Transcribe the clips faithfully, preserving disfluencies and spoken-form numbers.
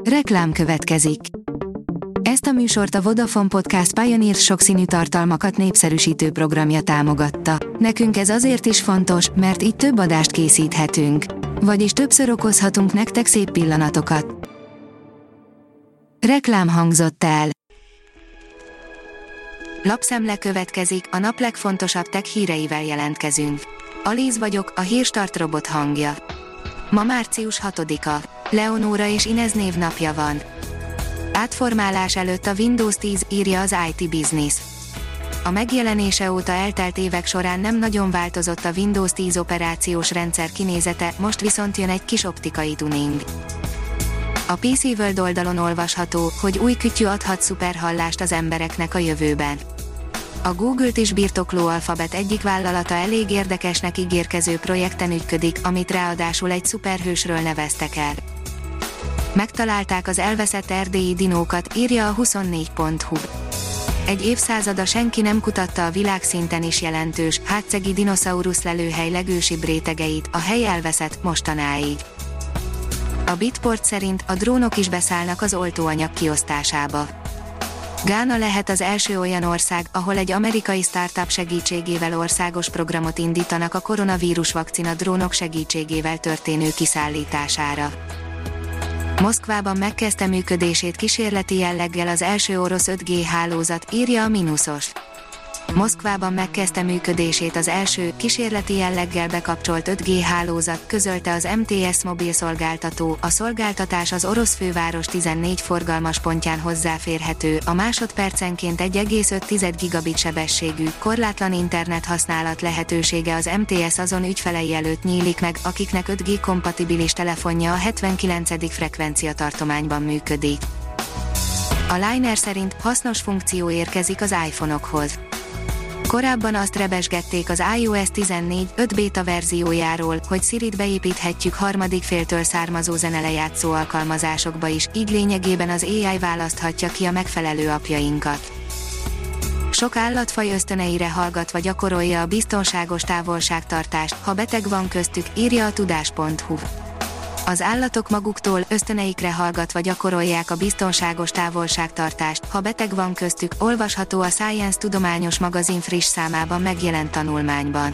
Reklám következik. Ezt a műsort a Vodafone Podcast Pioneer sokszínű tartalmakat népszerűsítő programja támogatta. Nekünk ez azért is fontos, mert így több adást készíthetünk. Vagyis többször okozhatunk nektek szép pillanatokat. Reklám hangzott el. Lapszemle következik, a nap legfontosabb tech híreivel jelentkezünk. Alíz vagyok, a Hírstart robot hangja. Ma március hatodika. Leonóra és Inez névnapja van. Átformálás előtt a Windows tíz, írja az i té Business. A megjelenése óta eltelt évek során nem nagyon változott a Windows tíz operációs rendszer kinézete, most viszont jön egy kis optikai tuning. A pé cé World oldalon olvasható, hogy új kütyű adhat szuperhallást az embereknek a jövőben. A Google-t is birtokló Alphabet egyik vállalata elég érdekesnek ígérkező projekten ügyködik, amit ráadásul egy szuperhősről neveztek el. Megtalálták az elveszett erdélyi dinókat, írja a huszonnégy pont hu. Egy évszázada senki nem kutatta a világszinten is jelentős, hátszegi dinoszaurusz lelőhely legősibb rétegeit, a hely elveszett mostanáig. A Bitport szerint a drónok is beszállnak az oltóanyag kiosztásába. Gána lehet az első olyan ország, ahol egy amerikai startup segítségével országos programot indítanak a koronavírus vakcina drónok segítségével történő kiszállítására. Moszkvában megkezdte működését kísérleti jelleggel az első orosz öt G hálózat, írja a Minusos. Moszkvában megkezdte működését az első, kísérleti jelleggel bekapcsolt öt G hálózat, közölte az em té es mobil szolgáltató. A szolgáltatás az orosz főváros tizennégy forgalmas pontján hozzáférhető, a másodpercenként egy egész öt gigabit sebességű, korlátlan internet használat lehetősége az em té es azon ügyfelei előtt nyílik meg, akiknek öt G kompatibilis telefonja a hetvenkilencedik frekvencia tartományban működik. A Liner szerint hasznos funkció érkezik az iPhone-okhoz. Korábban azt rebesgették az iOS tizennégy öt béta verziójáról, hogy Sirit beépíthetjük harmadik féltől származó zenelejátszó alkalmazásokba is, így lényegében az á i választhatja ki a megfelelő appjainkat. Sok állatfaj ösztöneire hallgatva gyakorolja a biztonságos távolságtartást, ha beteg van köztük, írja a tudás pont hu. Az állatok maguktól, ösztöneikre hallgatva gyakorolják a biztonságos távolságtartást, ha beteg van köztük, olvasható a Science tudományos magazin friss számában megjelent tanulmányban.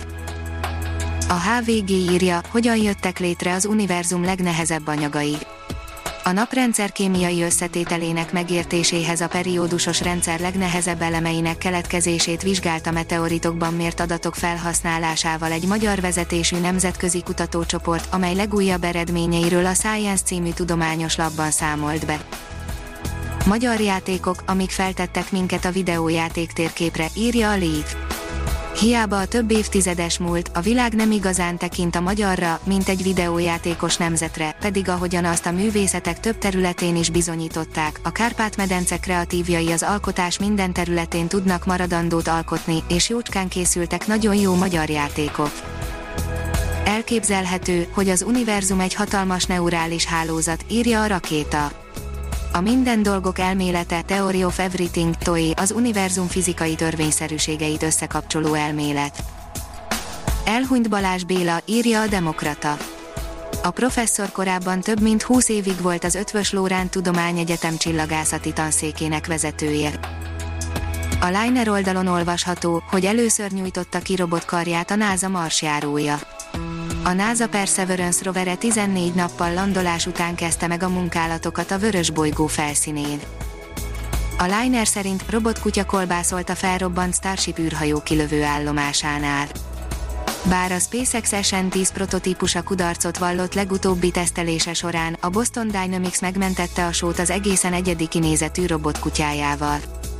A há vé gé írja, hogyan jöttek létre az univerzum legnehezebb anyagai. A naprendszer kémiai összetételének megértéséhez a periódusos rendszer legnehezebb elemeinek keletkezését vizsgálta meteoritokban mért adatok felhasználásával egy magyar vezetésű nemzetközi kutatócsoport, amely legújabb eredményeiről a Science című tudományos lapban számolt be. Magyar játékok, amik feltettek minket a videójáték térképre, írja a Leaf. Hiába a több évtizedes múlt, a világ nem igazán tekint a magyarra, mint egy videójátékos nemzetre, pedig ahogyan azt a művészetek több területén is bizonyították, a Kárpát-medence kreatívjai az alkotás minden területén tudnak maradandót alkotni, és jócskán készültek nagyon jó magyar játékok. Elképzelhető, hogy az univerzum egy hatalmas neurális hálózat, írja a Rakéta. A minden dolgok elmélete, Theory of Everything, té o e, az univerzum fizikai törvényszerűségeit összekapcsoló elmélet. Elhunyt Balázs Béla, írja a Demokrata. A professzor korábban több mint húsz évig volt az Eötvös Loránd Tudományegyetem csillagászati tanszékének vezetője. A Liner oldalon olvasható, hogy először nyújtotta ki robotkarját a NASA marsjárója. A NASA Perseverance rovere tizennégy nappal landolás után kezdte meg a munkálatokat a vörös bolygó felszínén. A Liner szerint robotkutya kolbászolt a felrobbant Starship űrhajó kilövő állomásánál. Bár a SpaceX es en tíz prototípusa kudarcot vallott legutóbbi tesztelése során, a Boston Dynamics megmentette a sót az egészen egyedi kinézetű robotkutyájával.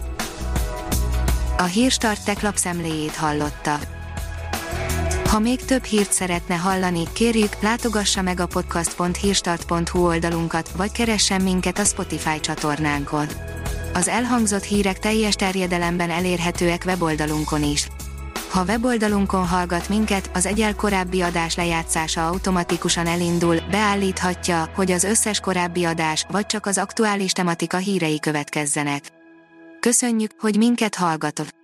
A Hírstart Tech lapszemléjét hallotta. Ha még több hírt szeretne hallani, kérjük, látogassa meg a podcast pont hírstart pont hu oldalunkat, vagy keressen minket a Spotify csatornánkon. Az elhangzott hírek teljes terjedelemben elérhetőek weboldalunkon is. Ha weboldalunkon hallgat minket, az egyel korábbi adás lejátszása automatikusan elindul, beállíthatja, hogy az összes korábbi adás, vagy csak az aktuális tematika hírei következzenek. Köszönjük, hogy minket hallgatott!